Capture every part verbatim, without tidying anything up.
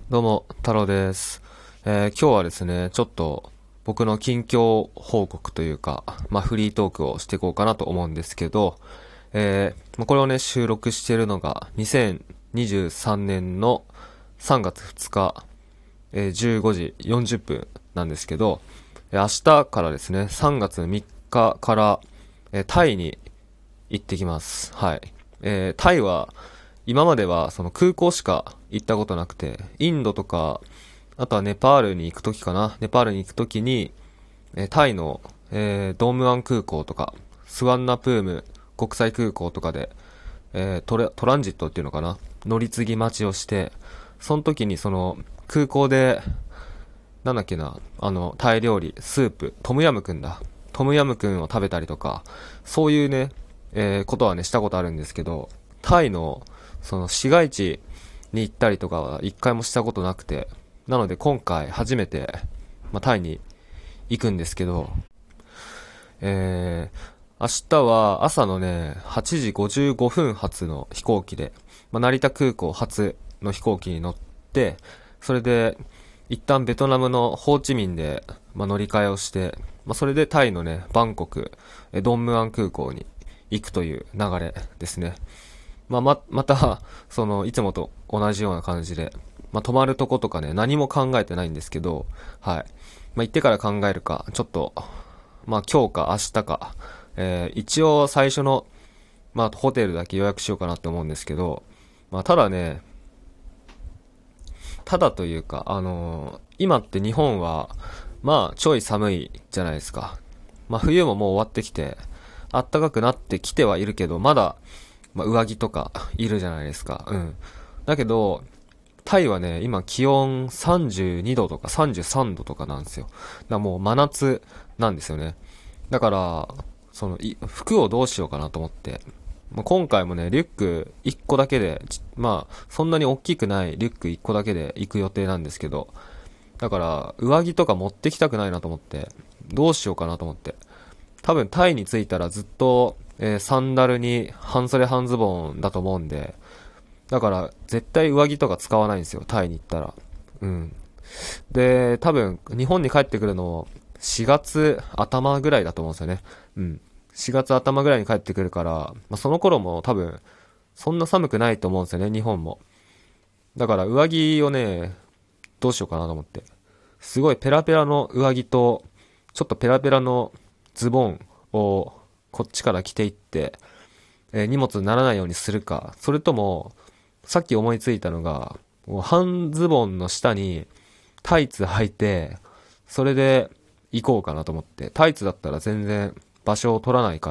どうも、太郎です。えー今日はですね、ちょっと僕の近況報告というか、まあフリートークをしていこうかなと思うんですけど、えーまあこれをね、収録しているのがにせんにじゅうさんねんのさんがつふつか、えーじゅうごじよんじゅっぷんなんですけど、えー明日からですね、さんがつみっかから、えータイに行ってきます。はい。えータイは、今まではその空港しか行ったことなくて、インドとか、あとはネパールに行くときかな。ネパールに行くときに、えータイの、えードームワン空港とか、スワンナプーム国際空港とかで、えートレトランジットっていうのかな。乗り継ぎ待ちをして、その時にその空港で、なんだっけな、あの、タイ料理、スープ、トムヤムクンだ。トムヤムクンを食べたりとか、そういうね、えーことはね、したことあるんですけど、タイの、その市街地に行ったりとかは一回もしたことなくて、なので今回初めて、まあ、タイに行くんですけど、えー、明日は朝のね、はちじごじゅうごふん発の飛行機で、まあ、成田空港発の飛行機に乗って、それで、一旦ベトナムのホーチミンで、まあ、乗り換えをして、まあ、それでタイのね、バンコク、えドンムアン空港に行くという流れですね。まあ、ま、また、その、いつもと同じような感じで、まあ、泊まるとことかね、何も考えてないんですけど、はい。まあ、行ってから考えるか、ちょっと、まあ、今日か明日か、えー一応最初の、まあ、ホテルだけ予約しようかなって思うんですけど、まあ、ただね、ただというか、あのー今って日本は、まあ、ちょい寒いじゃないですか。まあ、冬ももう終わってきて、暖かくなってきてはいるけど、まだ、まあ、上着とかいるじゃないですか。うん。だけど、タイはね、今気温さんじゅうにどとかさんじゅうさんどとかなんですよ。だからもう真夏なんですよね。だから、その、い服をどうしようかなと思って。まあ、今回もね、リュックいっこだけで、ちまあ、そんなに大きくないリュックいっこだけで行く予定なんですけど、だから、上着とか持ってきたくないなと思って、どうしようかなと思って。多分タイに着いたらずっと、えーサンダルに半袖半ズボンだと思うんで、だから絶対上着とか使わないんですよ、タイに行ったら。うん。で、多分日本に帰ってくるのしがつ頭ぐらいだと思うんですよね。うん。しがつ頭ぐらいに帰ってくるから、まあ、その頃も多分そんな寒くないと思うんですよね、日本も。だから上着をね、どうしようかなと思って。すごいペラペラの上着と、ちょっとペラペラのズボンをこっちから着ていって、えー荷物にならないようにするか、それとも、さっき思いついたのが、もう半ズボンの下にタイツ履いて、それで行こうかなと思って、タイツだったら全然場所を取らないから、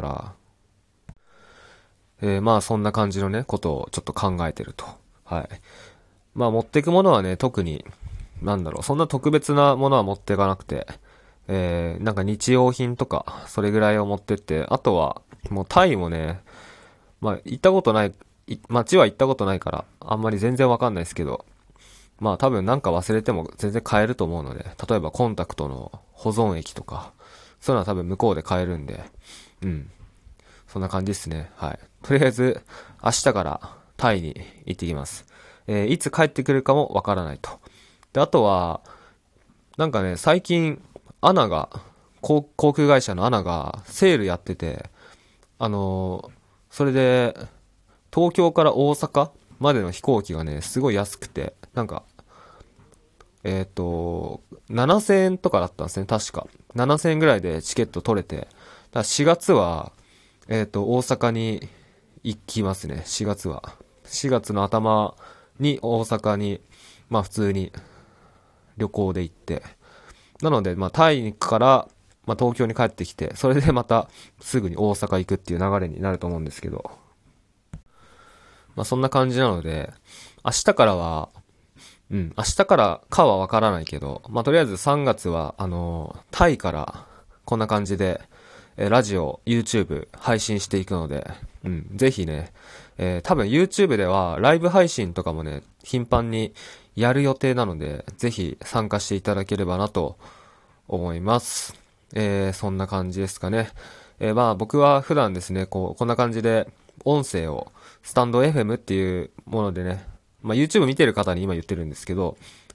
えーまあそんな感じのね、ことをちょっと考えてると。はい。まあ持ってくものはね、特に、なんだろう、そんな特別なものは持っていかなくて、えー、なんか日用品とか、それぐらいを持ってって、あとは、もうタイもね、まあ行ったことない、い街は行ったことないから、あんまり全然わかんないですけど、まあ多分なんか忘れても全然買えると思うので、例えばコンタクトの保存液とか、そういうのは多分向こうで買えるんで、うん。そんな感じですね。はい。とりあえず、明日からタイに行ってきます。えーいつ帰ってくるかもわからないと。で、あとは、なんかね、最近、アナが、航航空会社のアナがセールやってて、あのーそれで、東京から大阪までの飛行機がね、すごい安くて、なんか、えっ、と、ななせんえんとかだったんですね、確か。ななせんえんぐらいでチケット取れて、だからしがつは、えっ、と、大阪に行きますね、しがつは。しがつの頭に大阪に、まあ普通に旅行で行って、なので、まあタイから、まあ東京に帰ってきて、それでまたすぐに大阪行くっていう流れになると思うんですけど、まあそんな感じなので、明日からは、うん、明日からかはわからないけど、まあ、とりあえずさんがつは、あのータイから、こんな感じで、えーラジオ、YouTube 配信していくので、うん、ぜひね、えー多分 YouTube ではライブ配信とかもね、頻繁にやる予定なので、ぜひ参加していただければなと思います。えー、そんな感じですかね。えー、まあ僕は普段ですね、こう、こんな感じで音声をスタンド エフエム っていうものでね、まあ YouTube 見てる方に今言ってるんですけど、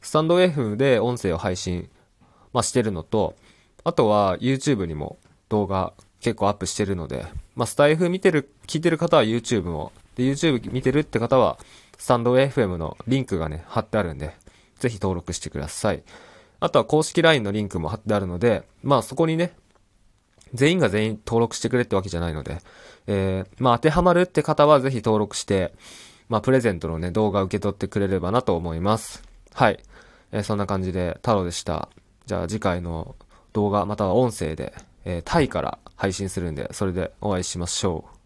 スタンド エフエム で音声を配信、まあ、してるのと、あとは YouTube にも動画結構アップしてるので、まあ、スタイフ見てる、聞いてる方は YouTube も、で、YouTube 見てるって方は、スタンド エフエム のリンクがね、貼ってあるんで、ぜひ登録してください。あとは公式 ライン のリンクも貼ってあるので、まあそこにね、全員が全員登録してくれってわけじゃないので、えー、まあ当てはまるって方はぜひ登録して、まあプレゼントのね、動画受け取ってくれればなと思います。はい。えー、そんな感じで、太郎でした。じゃあ次回の動画または音声で、えー、タイから配信するんで、それでお会いしましょう。